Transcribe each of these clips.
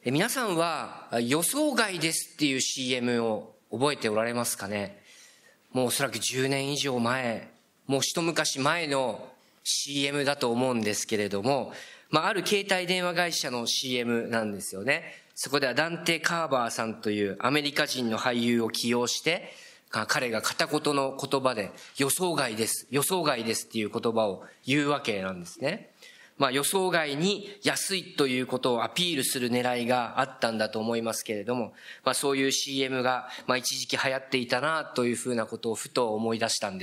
皆さんは予想外ですっていう CM を覚えておられますかね。もうおそらく10年以上前、もう一昔前の CM だと思うんですけれども、ある携帯電話会社の CM なんですよね。そこではダンテ・カーバーさんというアメリカ人の俳優を起用して、彼が片言の言葉で予想外です、予想外ですっていう言葉を言うわけなんですね。予想外に安いということをアピールする狙いがあったんだと思いますけれども、そういう CM が一時期流行っていたなというふうなことをふと思い出したんです。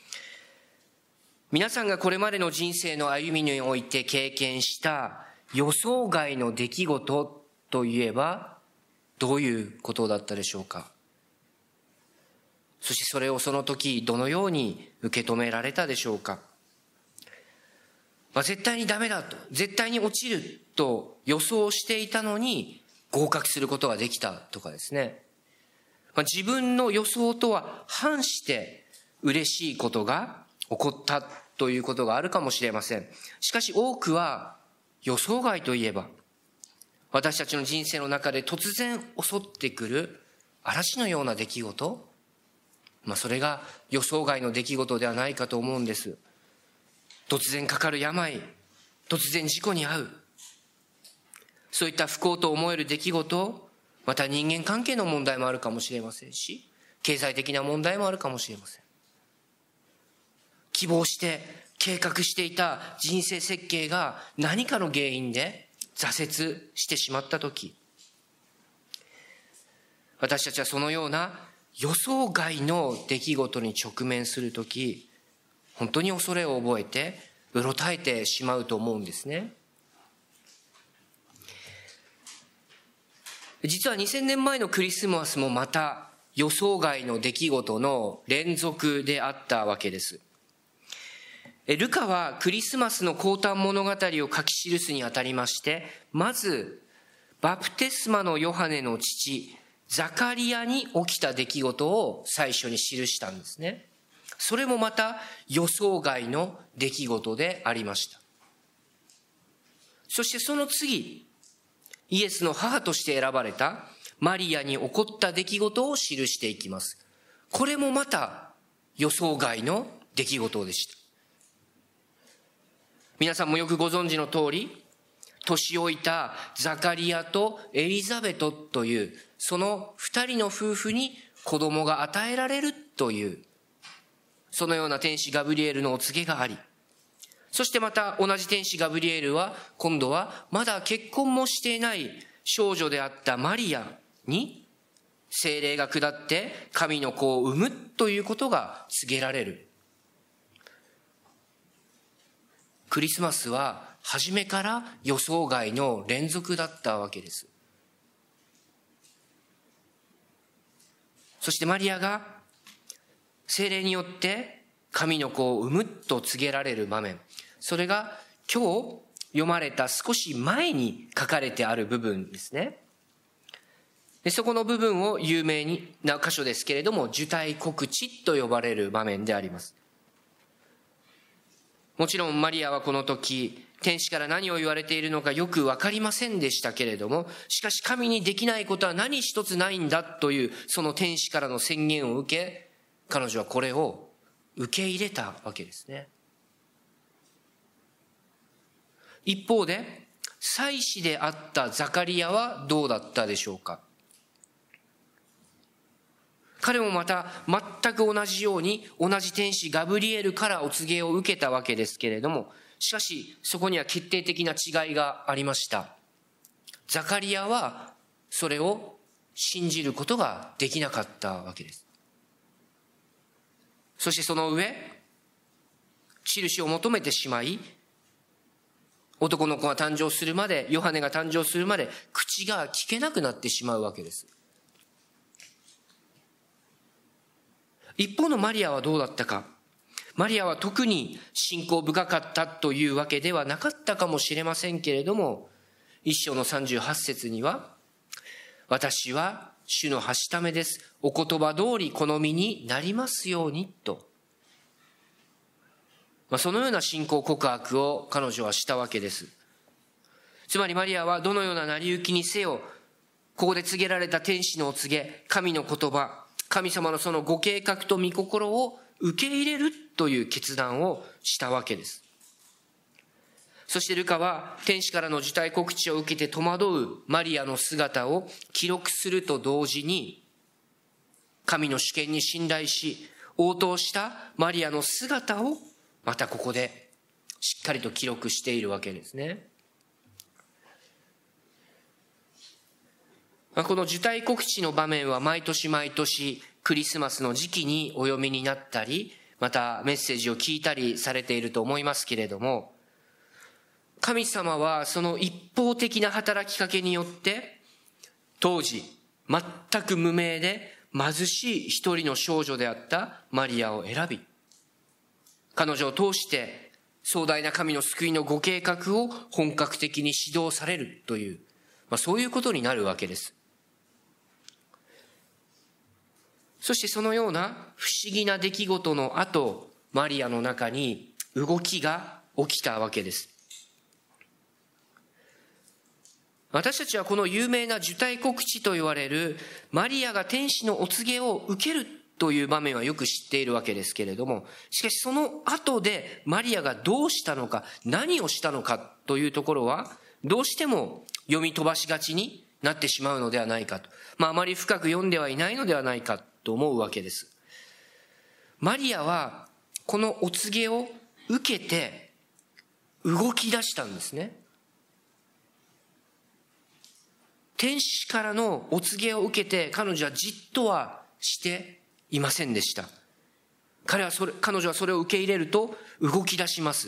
皆さんがこれまでの人生の歩みにおいて経験した予想外の出来事といえばどういうことだったでしょうか。そしてそれをその時どのように受け止められたでしょうか。絶対にダメだと、絶対に落ちると予想していたのに合格することができたとかですね。自分の予想とは反して嬉しいことが起こったということがあるかもしれません。しかし多くは予想外といえば、私たちの人生の中で突然襲ってくる嵐のような出来事、それが予想外の出来事ではないかと思うんです。突然かかる病、突然事故に遭う、そういった不幸と思える出来事、また人間関係の問題もあるかもしれませんし、経済的な問題もあるかもしれません。希望して計画していた人生設計が何かの原因で挫折してしまったとき、私たちはそのような予想外の出来事に直面するとき、本当に恐れを覚えてうろたえてしまうと思うんですね。実は2000年前のクリスマスもまた予想外の出来事の連続であったわけです。ルカはクリスマスの降誕物語を書き記すにあたりまして、まずバプテスマのヨハネの父ザカリアに起きた出来事を最初に記したんですね。それもまた予想外の出来事でありました。そしてその次、イエスの母として選ばれたマリアに起こった出来事を記していきます。これもまた予想外の出来事でした。皆さんもよくご存知の通り、年老いたザカリアとエリザベトというその二人の夫婦に子供が与えられるというそのような天使ガブリエルのお告げがあり、そしてまた同じ天使ガブリエルは今度はまだ結婚もしていない少女であったマリアに聖霊が下って神の子を産むということが告げられる。クリスマスは初めから予想外の連続だったわけです。そしてマリアが聖霊によって神の子を産むと告げられる場面、それが今日読まれた少し前に書かれてある部分ですね。でそこの部分を有名な箇所ですけれども、受胎告知と呼ばれる場面であります。もちろんマリアはこの時天使から何を言われているのかよく分かりませんでしたけれども、しかし神にできないことは何一つないんだというその天使からの宣言を受け、彼女はこれを受け入れたわけですね。一方で祭司であったザカリアはどうだったでしょうか。彼もまた全く同じように同じ天使ガブリエルからお告げを受けたわけですけれども、しかしそこには決定的な違いがありました。ザカリアはそれを信じることができなかったわけです。そしてその上、印を求めてしまい、男の子が誕生するまで、ヨハネが誕生するまで口が聞けなくなってしまうわけです。一方のマリアはどうだったか。マリアは特に信仰深かったというわけではなかったかもしれませんけれども、一章の38節には、私は主のはしためです。お言葉通り好みになりますようにと。そのような信仰告白を彼女はしたわけです。 つまりマリアはどのような成り行きにせよ、ここで告げられた天使のお告げ、神の言葉、神様のそのご計画と御心を受け入れるという決断をしたわけです。そしてルカは天使からの受胎告知を受けて戸惑うマリアの姿を記録すると同時に、神の主権に信頼し応答したマリアの姿をまたここでしっかりと記録しているわけですね。この受胎告知の場面は毎年毎年クリスマスの時期にお読みになったり、またメッセージを聞いたりされていると思いますけれども、神様はその一方的な働きかけによって当時全く無名で貧しい一人の少女であったマリアを選び、彼女を通して壮大な神の救いのご計画を本格的に指導されるという、そういうことになるわけです。そしてそのような不思議な出来事の後、マリアの中に動きが起きたわけです。私たちはこの有名な受胎告知と言われるマリアが天使のお告げを受けるという場面はよく知っているわけですけれども、しかしその後でマリアがどうしたのか、何をしたのかというところはどうしても読み飛ばしがちになってしまうのではないかと、あまり深く読んではいないのではないかと思うわけです。マリアはこのお告げを受けて動き出したんですね。天使からのお告げを受けて彼女はじっとはしていませんでした。彼女はそれを受け入れると動き出します。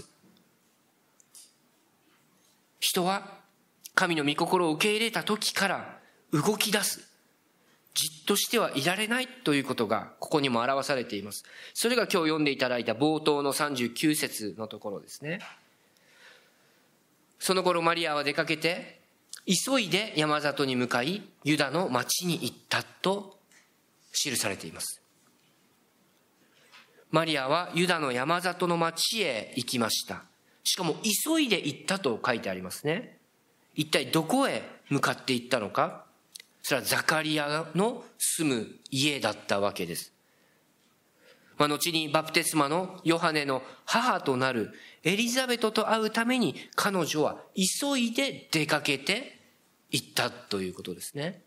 人は神の御心を受け入れた時から動き出す。じっとしてはいられないということがここにも表されています。それが今日読んでいただいた冒頭の39節のところですね。その頃マリアは出かけて急いで山里に向かいユダの町に行ったと記されています。マリアはユダの山里の町へ行きました。しかも急いで行ったと書いてありますね。一体どこへ向かって行ったのか。それはザカリアの住む家だったわけです。後にバプテスマのヨハネの母となるエリザベトと会うために彼女は急いで出かけて行ったということですね。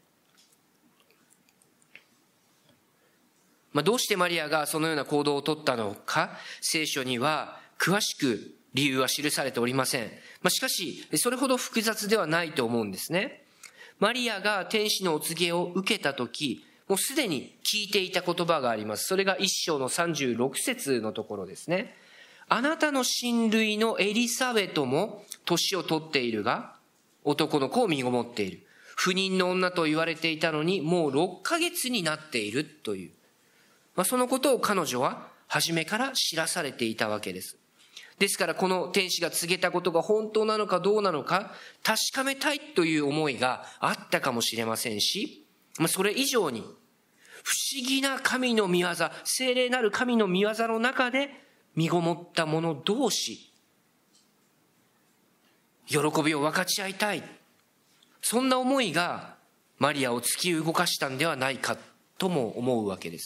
どうしてマリアがそのような行動をとったのか、聖書には詳しく理由は記されておりません。しかしそれほど複雑ではないと思うんですね。マリアが天使のお告げを受けたとき、もうすでに聞いていた言葉があります。それが一章の36節のところですね。あなたの親類のエリサベトも年を取っているが、男の子を身ごもっている。不妊の女と言われていたのに、もう6ヶ月になっているという。そのことを彼女は初めから知らされていたわけです。ですからこの天使が告げたことが本当なのかどうなのか確かめたいという思いがあったかもしれませんし、それ以上に不思議な神の御業、聖霊なる神の御業の中で身ごもった者同士、喜びを分かち合いたい、そんな思いがマリアを突き動かしたんではないかとも思うわけです。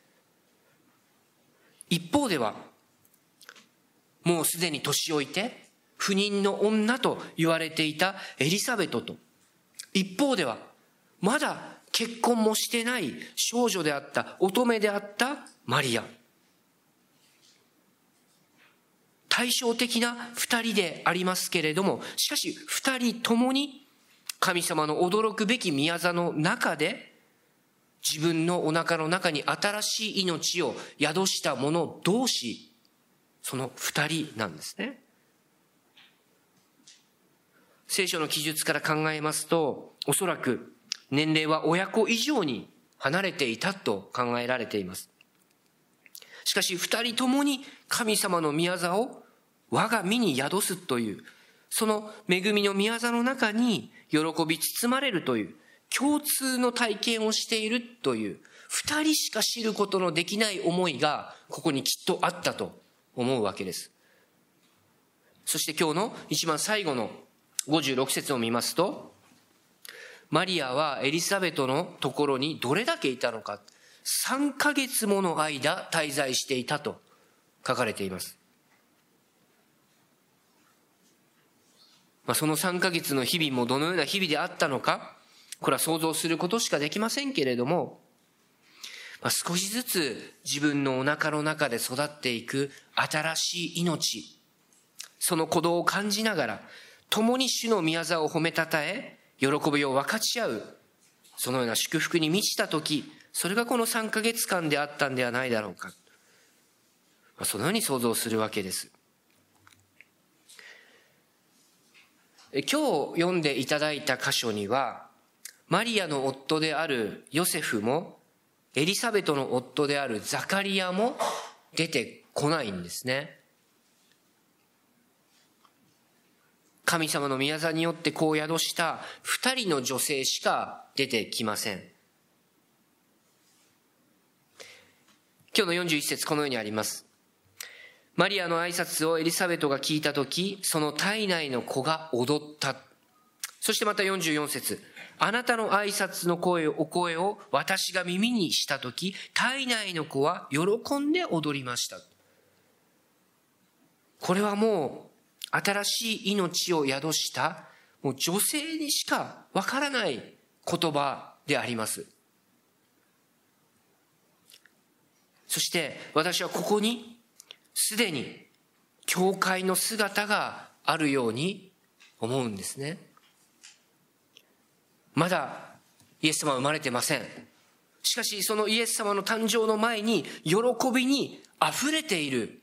一方ではもうすでに年老いて不妊の女と言われていたエリザベトと、一方ではまだ結婚もしてない少女であった乙女であったマリア、対照的な二人でありますけれども、しかし二人ともに神様の驚くべき御業の中で自分のお腹の中に新しい命を宿した者同士、その二人なんですね。聖書の記述から考えますと、おそらく年齢は親子以上に離れていたと考えられています。しかし二人ともに神様の御業を我が身に宿すという、その恵みの御業の中に喜び包まれるという共通の体験をしているという、二人しか知ることのできない思いがここにきっとあったと思うわけです。そして今日の一番最後の 56節を見ますと、マリアはエリザベトのところにどれだけいたのか、3ヶ月もの間滞在していたと書かれています。その3ヶ月の日々もどのような日々であったのか、これは想像することしかできませんけれども、少しずつ自分のお腹の中で育っていく新しい命、その鼓動を感じながら、共に主の御業を褒めたたえ、喜びを分かち合う、そのような祝福に満ちた時、それがこの3ヶ月間であったんではないだろうか。そのように想像するわけです。今日読んでいただいた箇所には、マリアの夫であるヨセフも、エリザベトの夫であるザカリアも出てこないんですね。神様の御業によって子を宿した2人の女性しか出てきません。今日の41節、このようにあります。マリアの挨拶をエリザベトが聞いたとき、その体内の子が踊った。そしてまた44節、あなたの挨拶のお声を私が耳にしたとき、体内の子は喜んで踊りました。これはもう新しい命を宿したもう女性にしかわからない言葉であります。そして私はここにすでに教会の姿があるように思うんですね。まだイエス様は生まれてません。しかしそのイエス様の誕生の前に喜びにあふれている、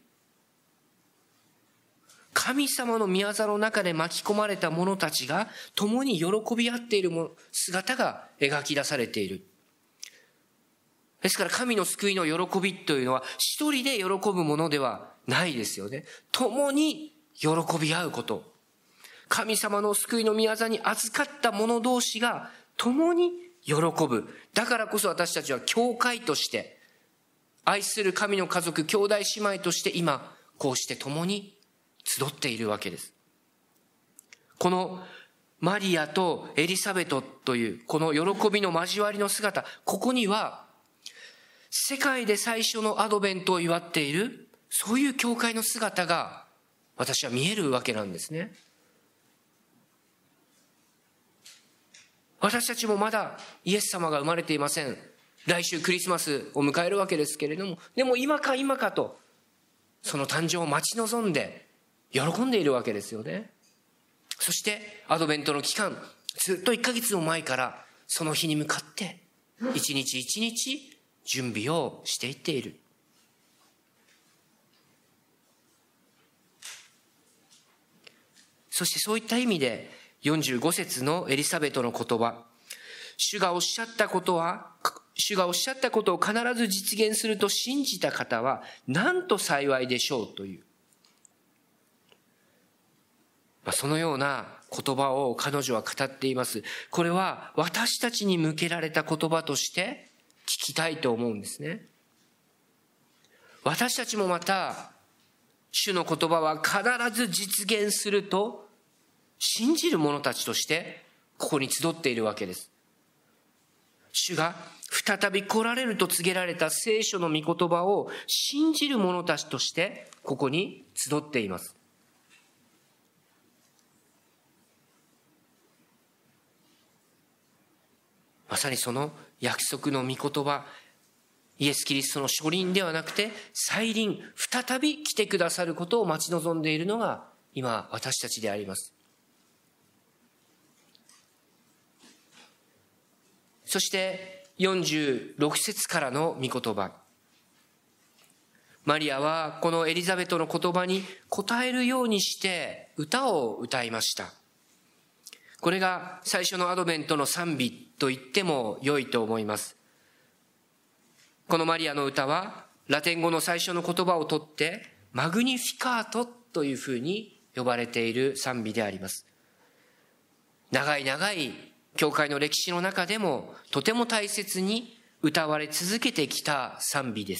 神様の御業の中で巻き込まれた者たちが共に喜び合っている姿が描き出されている。ですから神の救いの喜びというのは一人で喜ぶものではないですよね。共に喜び合うこと。神様の救いの御業に預かった者同士が共に喜ぶ。だからこそ私たちは教会として、愛する神の家族、兄弟姉妹として今こうして共に集っているわけです。このマリアとエリザベトというこの喜びの交わりの姿、ここには世界で最初のアドベントを祝っている、そういう教会の姿が私は見えるわけなんですね。私たちもまだイエス様が生まれていません。来週クリスマスを迎えるわけですけれども、でも今か今かとその誕生を待ち望んで喜んでいるわけですよね。そしてアドベントの期間、ずっと1ヶ月も前からその日に向かって一日一日準備をしていっている。そしてそういった意味で45節のエリザベトの言葉、主がおっしゃったことを必ず実現すると信じた方はなんと幸いでしょうという、そのような言葉を彼女は語っています。これは私たちに向けられた言葉として聞きたいと思うんですね。私たちもまた主の言葉は必ず実現すると信じる者たちとしてここに集っているわけです。主が再び来られると告げられた聖書の御言葉を信じる者たちとしてここに集っています。まさにその約束の御言葉、イエス・キリストの初臨ではなくて再臨、再び来てくださることを待ち望んでいるのが今私たちであります。そして46節からの御言葉、マリアはこのエリザベトの言葉に応えるようにして歌を歌いました。これが最初のアドベントの賛美と言っても良いと思います。このマリアの歌はラテン語の最初の言葉を取ってマグニフィカートというふうに呼ばれている賛美であります。長い長い教会の歴史の中でもとても大切に歌われ続けてきた賛美です。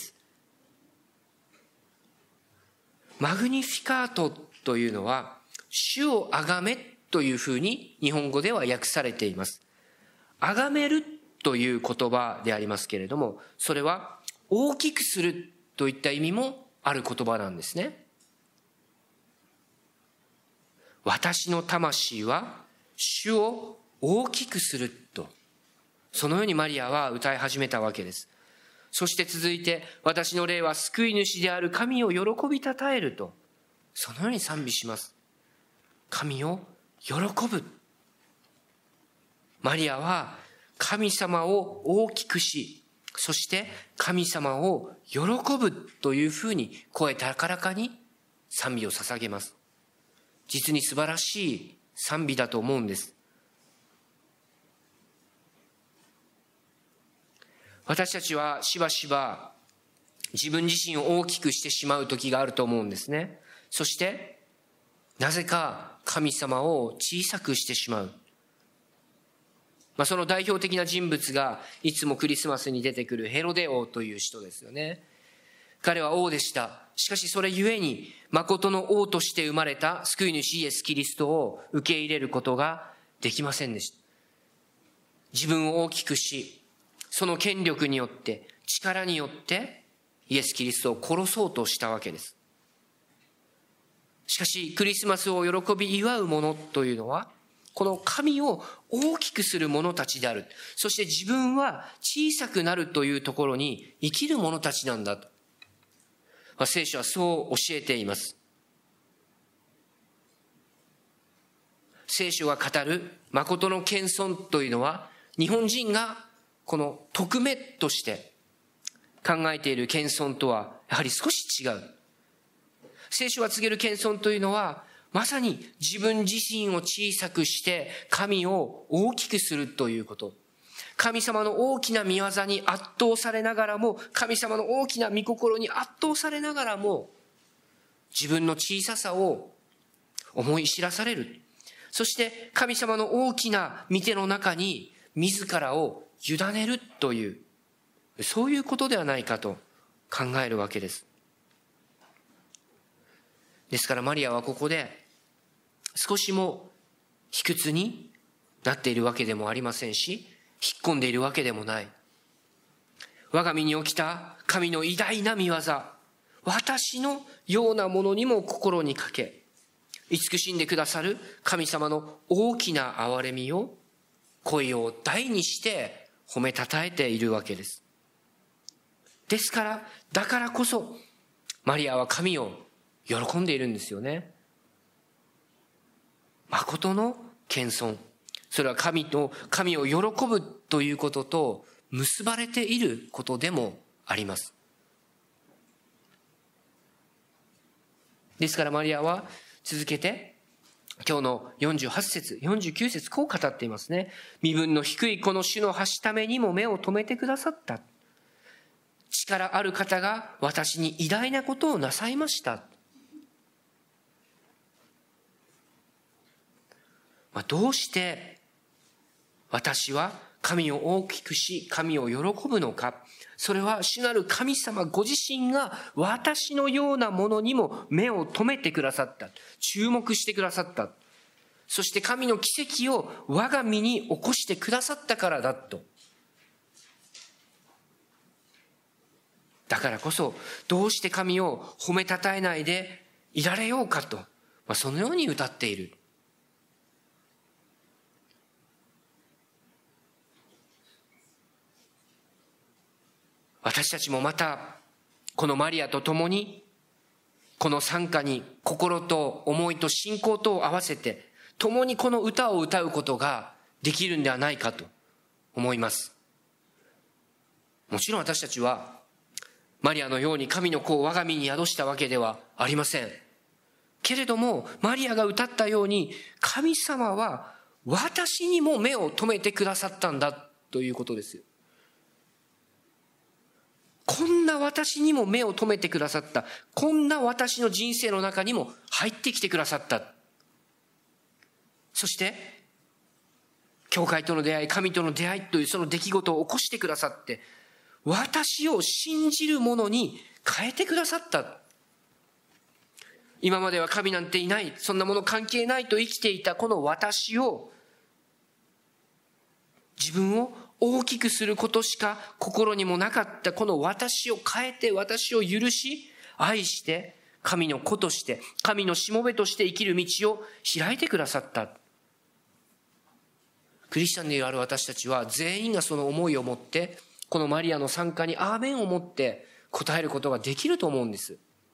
マグニフィカートというのは主をあがめというふうに日本語では訳されています。崇めるという言葉でありますけれども、それは大きくするといった意味もある言葉なんですね。私の魂は主を大きくすると、そのようにマリアは歌い始めたわけです。そして続いて、私の霊は救い主である神を喜びたたえると、そのように賛美します。神を喜ぶ。マリアは神様を大きくし、そして神様を喜ぶというふうに声高らかに賛美を捧げます。実に素晴らしい賛美だと思うんです。私たちはしばしば自分自身を大きくしてしまう時があると思うんですね。そしてなぜか神様を小さくしてしまう。その代表的な人物がいつもクリスマスに出てくるヘロデ王という人ですよね。彼は王でした。しかしそれゆえに誠の王として生まれた救い主イエス・キリストを受け入れることができませんでした。自分を大きくし、その権力によって力によってイエス・キリストを殺そうとしたわけです。しかしクリスマスを喜び祝うものというのは、この神を大きくする者たちである。そして自分は小さくなるというところに生きる者たちなんだと。聖書はそう教えています。聖書が語る誠の謙遜というのは、日本人がこの匿名として考えている謙遜とはやはり少し違う。聖書が告げる謙遜というのは、まさに自分自身を小さくして神を大きくするということ。神様の大きな御業に圧倒されながらも、神様の大きな御心に圧倒されながらも、自分の小ささを思い知らされる。そして神様の大きな御手の中に自らを委ねるという、そういうことではないかと考えるわけです。ですからマリアはここで少しも卑屈になっているわけでもありませんし、引っ込んでいるわけでもない。我が身に起きた神の偉大な御業、私のようなものにも心にかけ、慈しんでくださる神様の大きな憐れみを声を大にして褒めたたえているわけです。ですから、だからこそマリアは神を喜んでいるんですよね。誠の謙遜、それは神を喜ぶということと結ばれていることでもあります。ですからマリアは続けて今日の48節49節こう語っていますね。身分の低いこの主のはしためにも目を留めてくださった。力ある方が私に偉大なことをなさいました。どうして私は神を大きくし神を喜ぶのか。それは主なる神様ご自身が私のようなものにも目を留めてくださった。注目してくださった。そして神の奇跡を我が身に起こしてくださったからだと。だからこそどうして神を褒めたたえないでいられようかと、そのように歌っている。私たちもまたこのマリアと共にこの賛歌に心と思いと信仰とを合わせて共にこの歌を歌うことができるんではないかと思います。もちろん私たちはマリアのように神の子を我が身に宿したわけではありません。けれどもマリアが歌ったように神様は私にも目を留めてくださったんだということですよ。こんな私にも目を留めてくださった。こんな私の人生の中にも入ってきてくださった。そして教会との出会い、神との出会いというその出来事を起こしてくださって、私を信じる者に変えてくださった。 今までは神なんていない、そんなもの関係ないと生きていたこの私を、自分を大きくすることしか心にもなかったこの私を変えて、私を許し、愛して、神の子として、神のしもべとして生きる道を開いてくださった。クリスチャンである私たちは全員がその思いを持って、このマリアの参加にアーメンを持って答えることができると思うんです。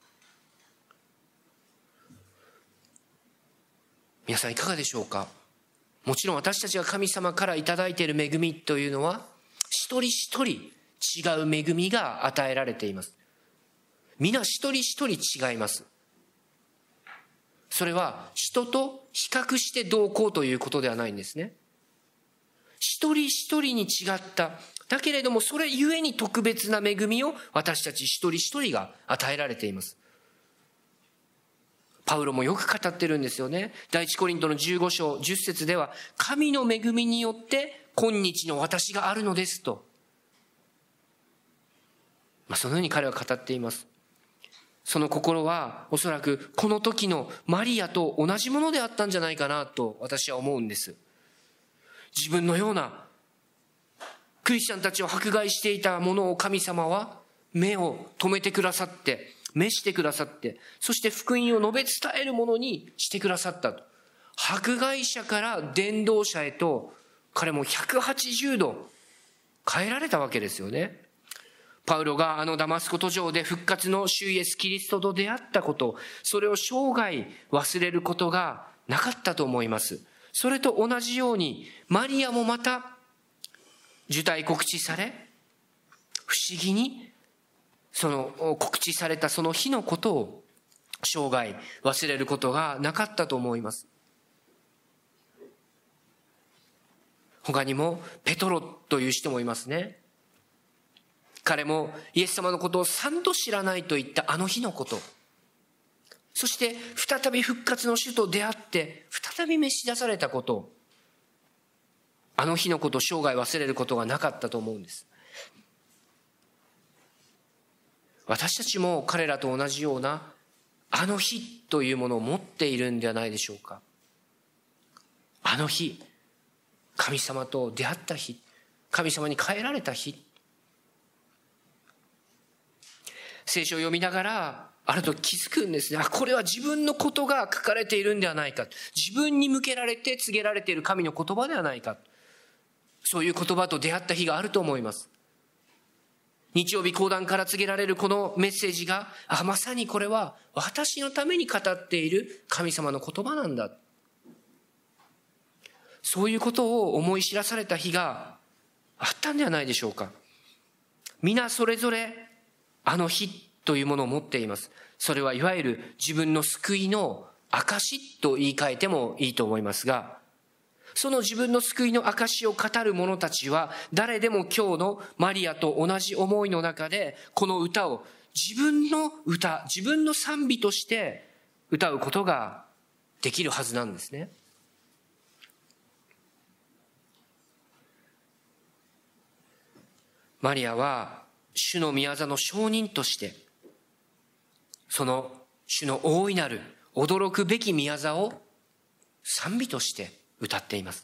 皆さんいかがでしょうか。もちろん私たちが神様からいただいている恵みというのは、一人一人違う恵みが与えられています。皆一人一人違います。それは人と比較してどうこうということではないんですね。一人一人に違った。だけれどもそれゆえに特別な恵みを私たち一人一人が与えられています。パウロもよく語ってるんですよね。第一コリントの15章10節では、神の恵みによって今日の私があるのですと。そのように彼は語っています。その心はおそらくこの時のマリアと同じものであったんじゃないかなと私は思うんです。自分のようなクリスチャンたちを迫害していたものを神様は目を留めてくださって、召してくださって、そして福音を述べ伝えるものにしてくださったと。迫害者から伝道者へと彼も180度変えられたわけですよね。パウロがダマスコ途上で復活の主イエスキリストと出会ったこと、それを生涯忘れることがなかったと思います。それと同じようにマリアもまた受胎告知され、不思議にその告知されたその日のことを生涯忘れることがなかったと思います。他にもペトロという人もいますね。彼もイエス様のことを3度知らないと言ったあの日のこと、そして再び復活の主と出会って再び召し出されたこと、あの日のことを生涯忘れることがなかったと思うんです。私たちも彼らと同じようなあの日というものを持っているんではないでしょうか。あの日、神様と出会った日、神様に変えられた日。聖書を読みながらあると気づくんですね。これは自分のことが書かれているんではないか。自分に向けられて告げられている神の言葉ではないか。そういう言葉と出会った日があると思います。日曜日講談から告げられるこのメッセージが、まさにこれは私のために語っている神様の言葉なんだ。そういうことを思い知らされた日があったんではないでしょうか。皆それぞれあの日というものを持っています。それはいわゆる自分の救いの証と言い換えてもいいと思いますが、その自分の救いの証を語る者たちは誰でも今日のマリアと同じ思いの中でこの歌を自分の歌、自分の賛美として歌うことができるはずなんですね。マリアは主の御業の証人として、その主の大いなる驚くべき御業を賛美として歌っています。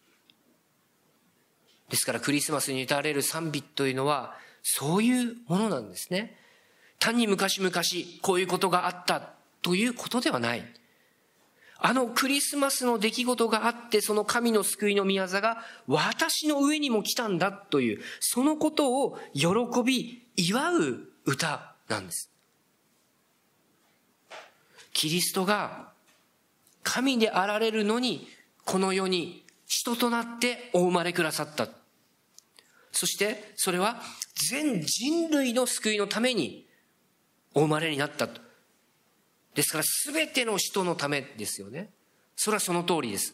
ですからクリスマスに歌われる賛美というのはそういうものなんですね。単に昔々こういうことがあったということではない。クリスマスの出来事があって、その神の救いの御業が私の上にも来たんだという、そのことを喜び祝う歌なんです。キリストが神であられるのにこの世に人となってお生まれくださった。そしてそれは全人類の救いのためにお生まれになったと。ですから全ての人のためですよね。それはその通りです。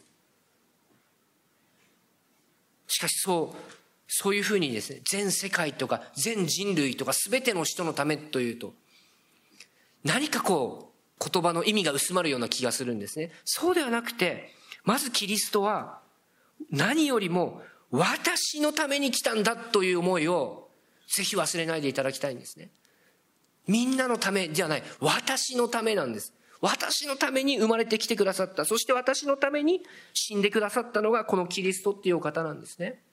しかしそういうふうにですね、全世界とか全人類とか全ての人のためというと、何か言葉の意味が薄まるような気がするんですね。そうではなくて、まずキリストは何よりも私のために来たんだという思いをぜひ忘れないでいただきたいんですね。みんなのためじゃない、私のためなんです。 私のために生まれてきてくださった。そして私のために死んでくださったのがこのキリストっていうお方なんですね。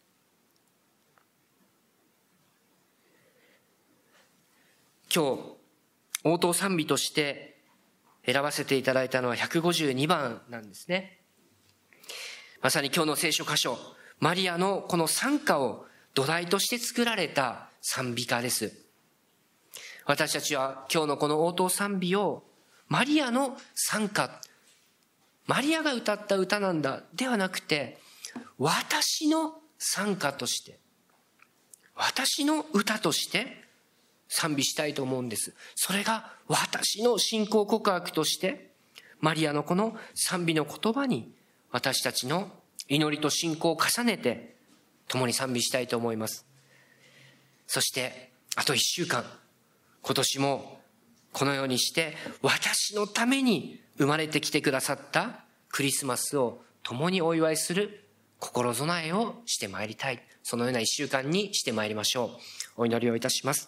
今日、応答賛美として選ばせていただいたのは152番なんですね。まさに今日の聖書箇所、マリアのこの賛歌を土台として作られた賛美歌です。私たちは今日のこの応答賛美をマリアの賛歌、マリアが歌った歌なんだではなくて、私の賛歌として、私の歌として賛美したいと思うんです。それが私の信仰告白として、マリアのこの賛美の言葉に私たちの祈りと信仰を重ねて共に賛美したいと思います。そしてあと1週間、今年もこのようにして私のために生まれてきてくださったクリスマスを共にお祝いする心備えをしてまいりたい。そのような1週間にしてまいりましょう。お祈りをいたします。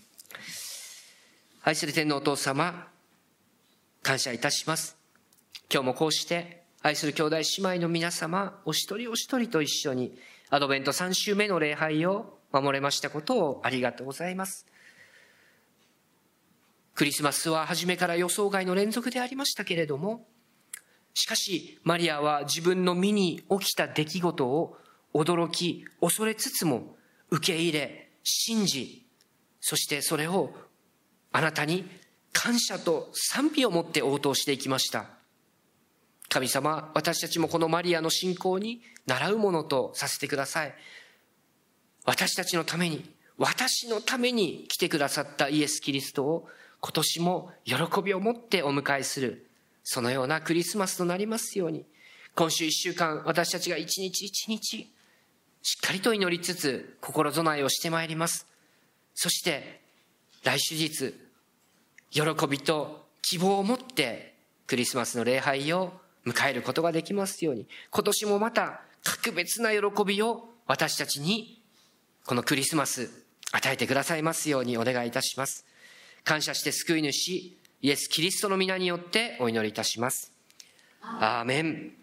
愛する天のお父様、感謝いたします。今日もこうして愛する兄弟姉妹の皆様お一人お一人と一緒にアドベント3週目の礼拝を守れましたことをありがとうございます。クリスマスは初めから予想外の連続でありましたけれども、しかしマリアは自分の身に起きた出来事を驚き恐れつつも受け入れ信じ、そしてそれをあなたに感謝と賛美を持って応答していきました。神様、私たちもこのマリアの信仰に習うものとさせてください。私たちのために、私のために来てくださったイエス・キリストを今年も喜びを持ってお迎えする、そのようなクリスマスとなりますように、今週1週間私たちが一日一日しっかりと祈りつつ心備えをしてまいります。そして来週日、喜びと希望を持ってクリスマスの礼拝を迎えることができますように、今年もまた格別な喜びを私たちにこのクリスマス与えてくださいますようにお願いいたします。感謝して救い主イエス・キリストの皆によってお祈りいたします。アーメン。